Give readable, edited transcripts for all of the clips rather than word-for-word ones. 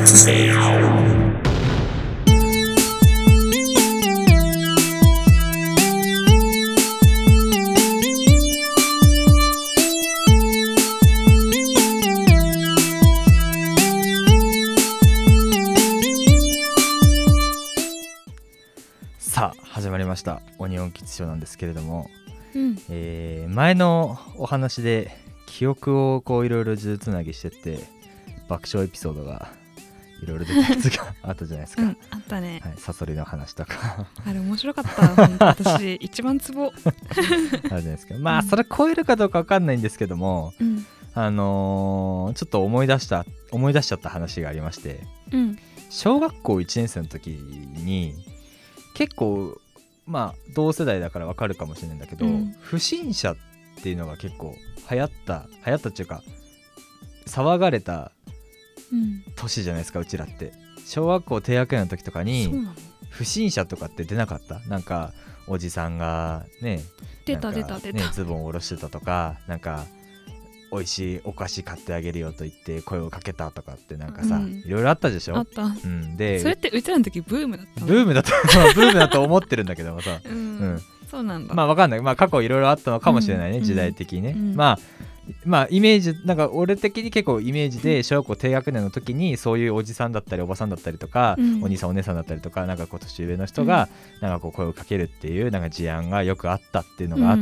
さあ始まりましたオニオンキッズショーなんですけれども、前のお話で記憶をこういろいろ数珠つなぎしてって爆笑エピソードがいろいろ出たやつがあったじゃないですか、 あったね、 はい、サソリの話とかあれ面白かった本当私一番ツボあるじゃないですか。まあそれ超えるかどうか分かんないんですけども、ちょっと思い出しちゃった話がありまして、小学校1年生の時に結構まあ同世代だから分かるかもしれないんだけど、不審者っていうのが結構流行ったっていうか騒がれた年じゃないですか。うちらって小学校低学年の時とかに不審者とかって出なかった？なんかおじさんがね出たねズボンを下ろしてたとか、なんか美味しいお菓子買ってあげるよと言って声をかけたとかってなんかさ、いろいろあったでしょ。 あった、でそれってうちらの時ブームだったの？ ブームだと思ってるんだけどもさそうなんだ。 まあ分かんない、まあ過去いろいろあったのかもしれないね、時代的にね、まあイメージなんか俺的に結構イメージで小学校低学年の時にそういうおじさんだったりおばさんだったりとか、お兄さんお姉さんだったりとかなんかこう年上の人がなんかこう声をかけるっていうなんか事案がよくあったっていうのがあって、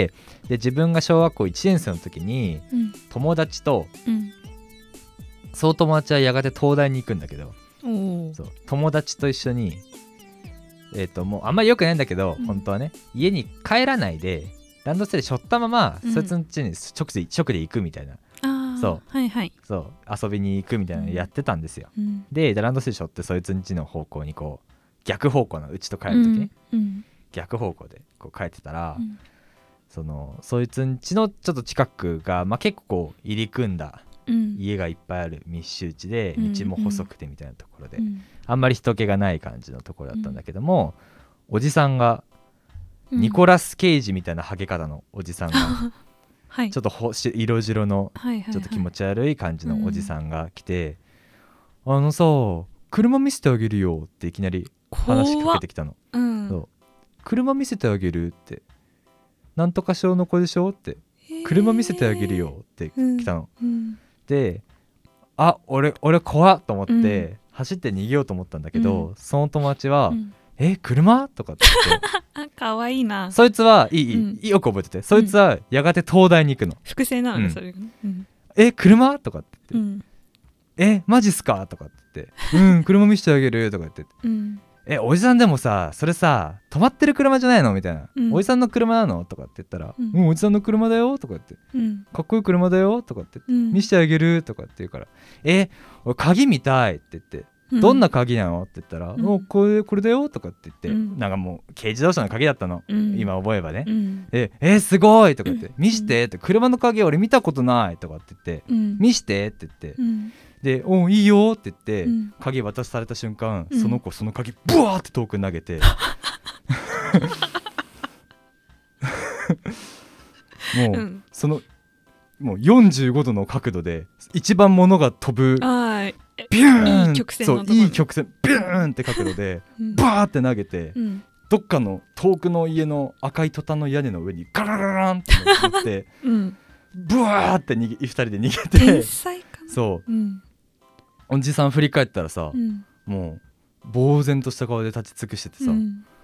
で自分が小学校1年生の時に友達と、その友達はやがて東大に行くんだけど、そう友達と一緒にもうあんまり良くないんだけど、本当はね家に帰らないでランドセル背負ったまま、そいつの家に直で行くみたいな、そう遊びに行くみたいなのやってたんですよ、でランドセル背負ってそいつの家の方向にこう逆方向のうちと帰る時ね、逆方向でこう帰ってたら、そいつん家のちょっと近くが、結構こう入り組んだ家がいっぱいある密集地で、道も細くてみたいなところで、あんまり人気がない感じのところだったんだけども、おじさんがニコラス・ケイジみたいなハゲ方のおじさんが、ちょっと色白のちょっと気持ち悪い感じのおじさんが来て、さ車見せてあげるよっていきなり話しかけてきたの。そう車見せてあげるって、なんとか小の子でしょって車見せてあげるよって来たの、で俺怖っと思って、走って逃げようと思ったんだけど、その友達は、車とかって言ってかわいいな。 そいつはいい、よく覚えてて、そいつはやがて東大に行くの。 複製なのそれが、車とかって言って、マジっすかとかって言って、車見せてあげるとかって言って、おじさんでもさそれさ止まってる車じゃないのみたいな、おじさんの車なのとかって言ったら、おじさんの車だよとか言って、かっこいい車だよとかって見せてあげるとかって言うから、俺鍵見たいって言って、どんな鍵なのって言ったら、これだよとかって言って、なんかもう軽自動車の鍵だったの、今思えばね、すごいとか言って、見してって、車の鍵俺見たことないとかって言って、見してって言って、でいいよって言って、鍵渡された瞬間、その子その鍵ブワーって遠くに投げてもう45度の角度で一番物が飛ぶビューン、いい曲線ビューンって角度でバーって投げて、どっかの遠くの家の赤いトタンの屋根の上にガララランって乗ってブワーって2人で逃げて、 天才かな。 おじさん振り返ったらさ、もう呆然とした顔で立ち尽くしててさ、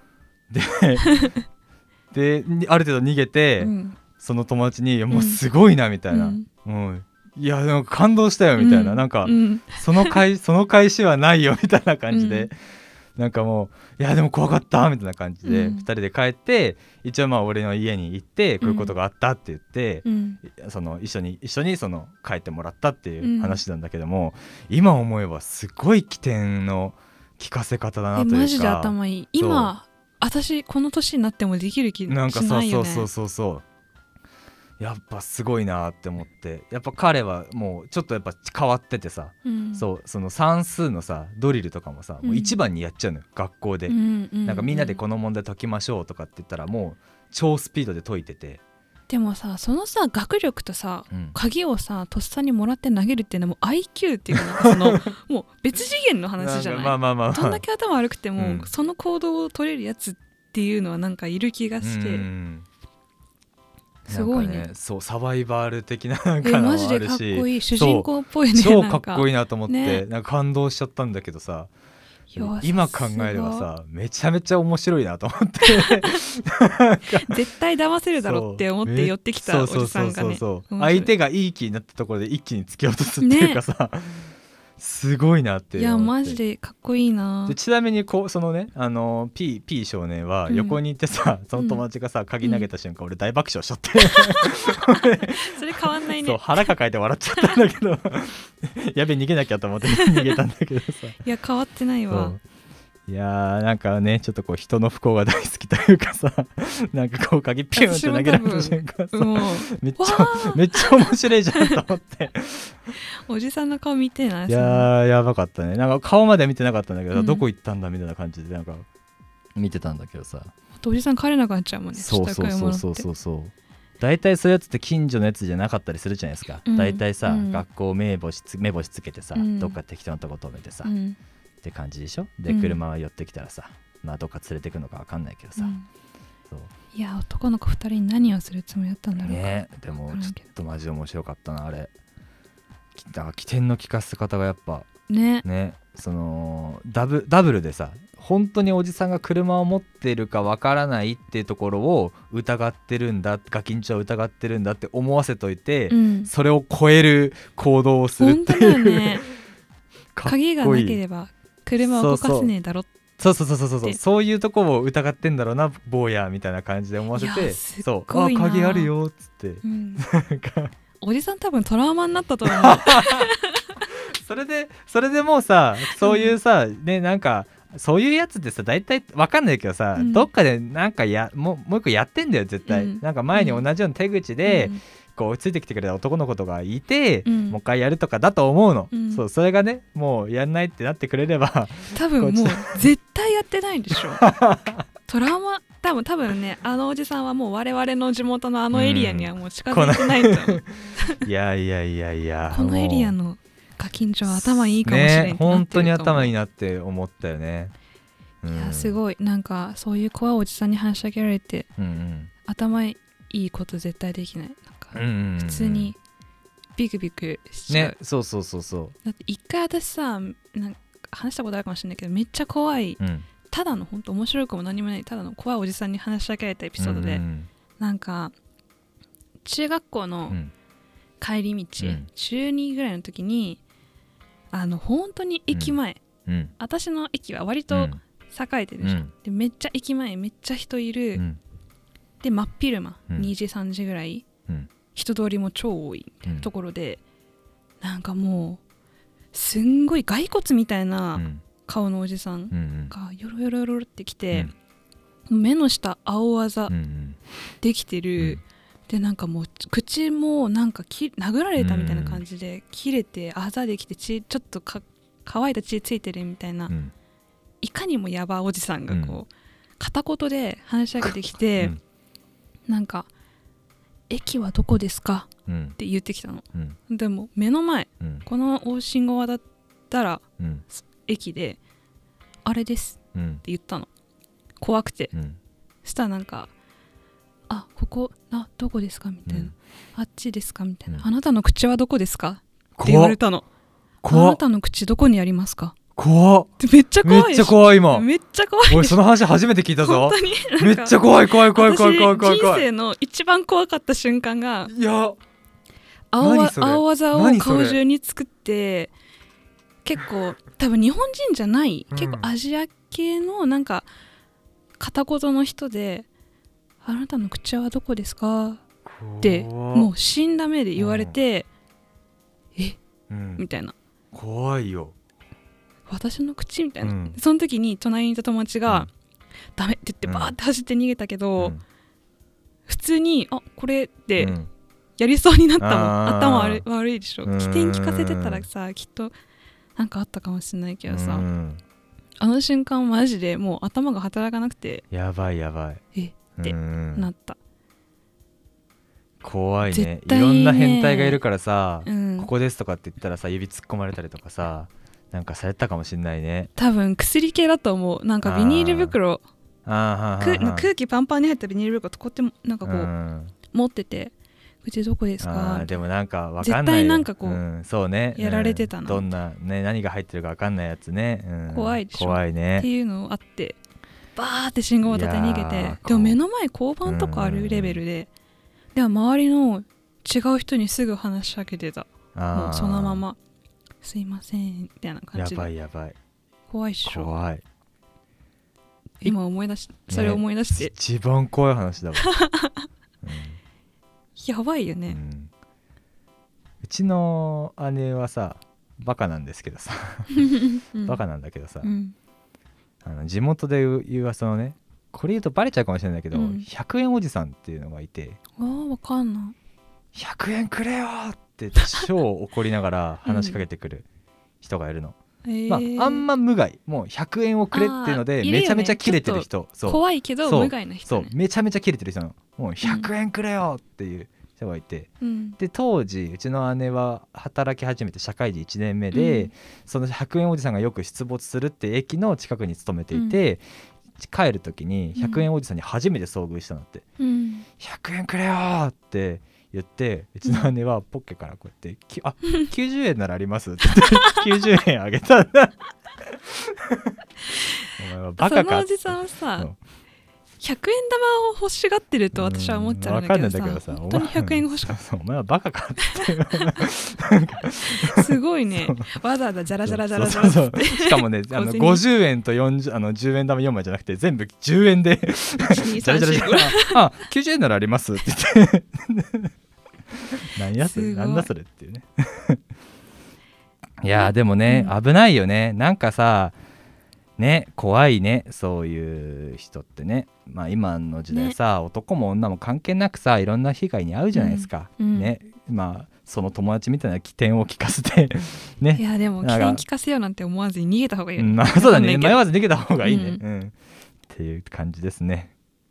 である程度逃げて、その友達にもうすごいなみたいな、いやなんか感動したよみたいな、なんか、その返しはないよみたいな感じで、なんかもういやでも怖かったみたいな感じで、2人で帰って一応俺の家に行ってこういうことがあったって言って、一緒に帰ってもらったっていう話なんだけども、今思えばすごい起点の聞かせ方だなというか、 マジで頭いい。今私この年になってもできる気しないよね。なんかそうやっぱすごいなって思って、やっぱ彼はもうちょっとやっぱ変わっててさ、その算数のさドリルとかもさ、もう一番にやっちゃうのよ学校で、なんかみんなでこの問題解きましょうとかって言ったらもう超スピードで解いてて、 でもさそのさ学力とさ、鍵をさとっさにもらって投げるっていうのはもう IQ っていうかなんかそのもう別次元の話じゃない。どんだけ頭悪くても、その行動を取れるやつっていうのはなんかいる気がして、すごい ねそうサバイバル的ななんかのもあるし、 マジでかっこいい主人公っぽいね。 超かっこいいなと思って、なんか感動しちゃったんだけどさ、今考えればさめちゃめちゃ面白いなと思って絶対騙せるだろって思って寄ってきたおじさんがね、 相手がいい気になったところで一気に突き落とすっていうかさ、すごいなって。 いやマジでかっこいいな。 でちなみにそのねP 少年は横にいてさ、その友達がさ鍵投げた瞬間、俺大爆笑しちゃってそれ変わんないね。 そう腹抱えて笑っちゃったんだけどやべ逃げなきゃと思って逃げたんだけどさいや変わってないわ。 いやーなんかねちょっとこう人の不幸が大好きというかさなんかこう鍵ピュンって投げられた瞬間さめっちゃ面白いじゃんと思っておじさんの顔見てない。 いやーやばかったね。なんか顔まで見てなかったんだけど、どこ行ったんだみたいな感じでなんか見てたんだけどさ、 おじさん帰れなくなっちゃうもんね。 そう大体そういうやつって近所のやつじゃなかったりするじゃないですか。大体さ、学校目星つけてさ、どっか適当なとこ止めてさ、って感じでしょ。で車は寄ってきたらさ、まあどっか連れてくのか分かんないけどさ、そういや男の子2人に何をするつもりだったんだろうね。でもちょっとマジ面白かったなあれ。だから起点の利かせ方がやっぱねそのダブルでさ、本当におじさんが車を持ってるかわからないっていうところを疑ってるんだ、ガキンチョを疑ってるんだって思わせといて、それを超える行動をするっていう。 本当だよね鍵がなければ車を動かせねえだろって。 そういうとこを疑ってんだろうな坊やみたいな感じで思わせて、そう鍵あるよっつって、 おじさん多分トラウマになったと思うそれでもうさそういうさ、なんかそういうやつってさ大体わかんないけどさ、どっかでなんかもう一個やってんだよ絶対、なんか前に同じような手口で、こうついてきてくれた男の子とかいて、もう一回やるとかだと思うの、そうそれがねもうやんないってなってくれれば多分もう絶対やってないでしょトラウマ多分ねおじさんはもう我々の地元のエリアにはもう近づいてないと思ういやこのエリアのガキンチョは頭いいかもしれないってなってると思う。 本当に頭いいなって思ったよね。 いやすごいなんかそういう怖いおじさんに話しかけられて、頭いいこと絶対できない。なんか普通にビクビクしちゃう。 そうだって一回私さなんか話したことあるかもしれないけど、めっちゃ怖い、ただの本当面白くも何もないただの怖いおじさんに話しかけられたエピソードで、なんか中学校の帰り道、中2ぐらいの時に本当に駅前、私の駅は割と栄えてるじゃん、でめっちゃ駅前めっちゃ人いる、で真っ昼間、2時3時ぐらい、人通りも超多いみたいなところで、なんかもうすんごい骸骨みたいな顔のおじさんがヨロヨロヨロってきて、目の下青あざできてる、でなんかもう口もなんか殴られたみたいな感じで切れてあざできてちょっと乾いた血ついてるみたいな、いかにもヤバおじさんがこう、片言で話しかけてきて、なんか駅はどこですか、って言ってきたの、でも目の前、この大信号渡ったら、駅であれです、って言ったの。怖くて、そしたらなんかここどこですかみたいな、あっちですかみたいな、あなたの口はどこですかって言われたの。あなたの口どこにありますか。 怖っ。 めっちゃ怖い。 めっちゃ怖い今。 めっちゃ怖い。 俺その話初めて聞いたぞ。 本当にめっちゃ怖い。私人生の一番怖かった瞬間が、 いや青あざを顔中に作って、結構多分日本人じゃない、結構アジア系のなんか片言の人で、あなたの口はどこですかってもう死んだ目で言われて、みたいな。 怖いよ。 私の口みたいな、その時に隣にいた友達が、ダメって言ってバーって走って逃げたけど、普通にこれってやりそうになったもん。頭悪いでしょ。起点聞かせてたらさ、きっとなんかあったかもしれないけどさ、あの瞬間マジでもう頭が働かなくて、 やばいってなった。 怖いね。いろんな変態がいるからさ、 うん、 ここですとかって言ったらさ指突っ込まれたりとかさ、なんかされたかもしんないね。 多分薬系だと思う。なんかビニール袋、 空気パンパンに入ったビニール袋こうやってなんかこう、持ってて、うちどこですか。 でもなんかわかんない。 絶対なんかこう、 そうね、 やられてたな。 どんなね何が入ってるかわかんないやつね。 怖いでしょ。 怖いね。 っていうのあって。バーって信号を立て逃げて、でも目の前交番とかあるレベルで、でも周りの違う人にすぐ話しかけてた。もうそのまますいませんみたいな感じで。 やばいやばい。 怖いっしょ。 怖い。 今思い出し、それ思い出して、 一番怖い話だわ、 やばいよね、 うちの姉はさバカなんですけどさバカなんだけどさ、地元でいう噂のね、これ言うとバレちゃうかもしれないけど、100円おじさんっていうのがいて、 わかんない。 100円くれよって超怒りながら話しかけてくる人がいるの。あんま無害、もう100円をくれっていうのでめちゃめちゃキレてる人、そう怖いけど無害な人、 そうめちゃめちゃキレてる人の、もう100円くれよっていう人がいて、で当時うちの姉は働き始めて社会人1年目で、その100円おじさんがよく出没するって駅の近くに勤めていて、帰る時に100円おじさんに初めて遭遇したのって、100円くれよって言って、うちの姉はポッケからこうやって90円ならありますって言って90円あげたんだお前はバカか。 そのおじさんはさ、100円玉を欲しがってると私は思っちゃうんだけどさ、本当に100円が欲しかった。 お前はバカかってすごいね、わざわざジャラジャラジャラジャラってしかもね50円と10円玉4枚じゃなくて全部10円でジャラジャラジャラ90円ならありますって言ってなんだそれっていうねいやでもね、危ないよね。なんかさね、怖いね、そういう人ってね。今の時代さ、男も女も関係なくさ、いろんな被害に遭うじゃないですか、ね。その友達みたいな起点を聞かせてね。 いやでも起点聞かせようなんて思わずに逃げた方がいいよね。 そうだね、迷わず逃げた方がいいね、っていう感じですね。